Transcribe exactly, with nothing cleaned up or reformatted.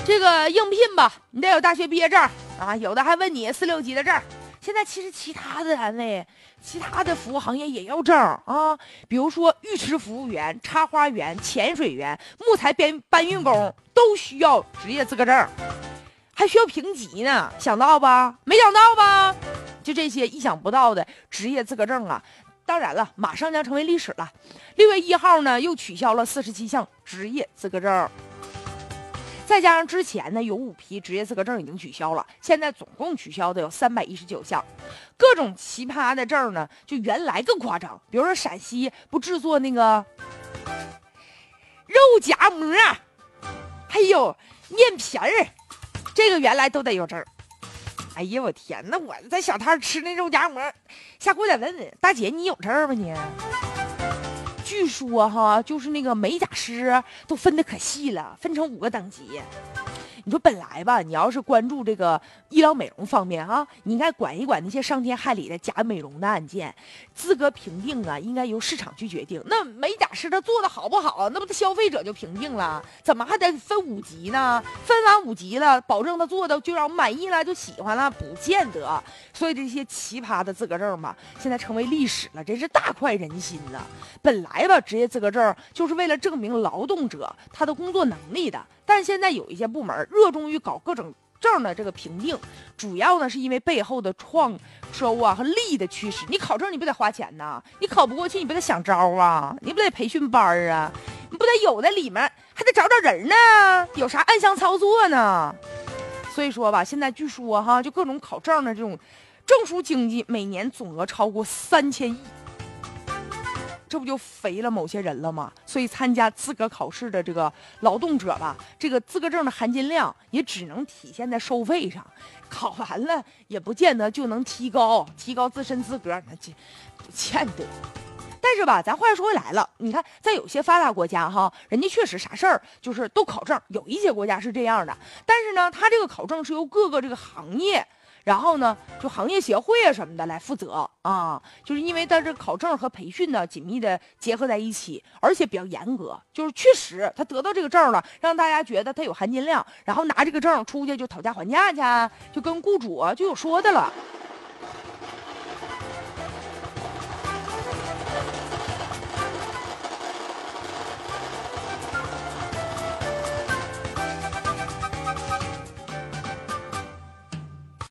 这个应聘吧，你得有大学毕业证啊，有的还问你四六级的证。现在其实其他的单位、其他的服务行业也要证啊，比如说浴池服务员、插花员、潜水员、木材编搬运工都需要职业资格证，还需要评级呢，想到吧？没想到吧？就这些意想不到的职业资格证啊！当然了，马上将成为历史了。六月一号呢，又取消了四十七项职业资格证。再加上之前呢有五批职业资格证已经取消了，现在总共取消的有三百一十九项，各种奇葩的证呢，就原来更夸张。比如说陕西不制作那个肉夹馍，还有面皮儿，这个原来都得有证。哎呀，我天哪！我在小摊吃那肉夹馍，下回得问问大姐，你有证吗你？据说哈，就是那个美甲师都分得可细了，分成五个等级。你说本来吧，你要是关注这个医疗美容方面哈，你应该管一管那些伤天害理的假美容的案件，资格评定啊，应该由市场去决定。那美甲师他做的好不好，那不他消费者就评定了，怎么还得分五级呢？分完五级了，保证他做的就让我们满意了，就喜欢了，不见得。所以这些奇葩的资格证嘛，现在成为历史了，真是大快人心了。本来吧，职业资格证就是为了证明劳动者他的工作能力的。但是现在有一些部门热衷于搞各种证的这个评定，主要呢是因为背后的创收啊和利益的驱使。你考证你不得花钱呐？你考不过去你不得想招啊？你不得培训班啊？你不得有的里面还得找找人呢？有啥暗箱操作呢？所以说吧，现在据说哈，就各种考证的这种证书经济，每年总额超过三千亿。这不就肥了某些人了吗？所以参加资格考试的这个劳动者吧，这个资格证的含金量也只能体现在收费上，考完了也不见得就能提高提高自身资格，那这不见得。但是吧，咱话说回来了，你看在有些发达国家哈，人家确实啥事儿就是都考证，有一些国家是这样的。但是呢，他这个考证是由各个这个行业。然后呢，就行业协会啊什么的来负责啊，就是因为它这考证和培训呢紧密的结合在一起，而且比较严格，就是确实他得到这个证了，让大家觉得他有含金量，然后拿这个证出去就讨价还价去，就跟雇主啊就有说的了。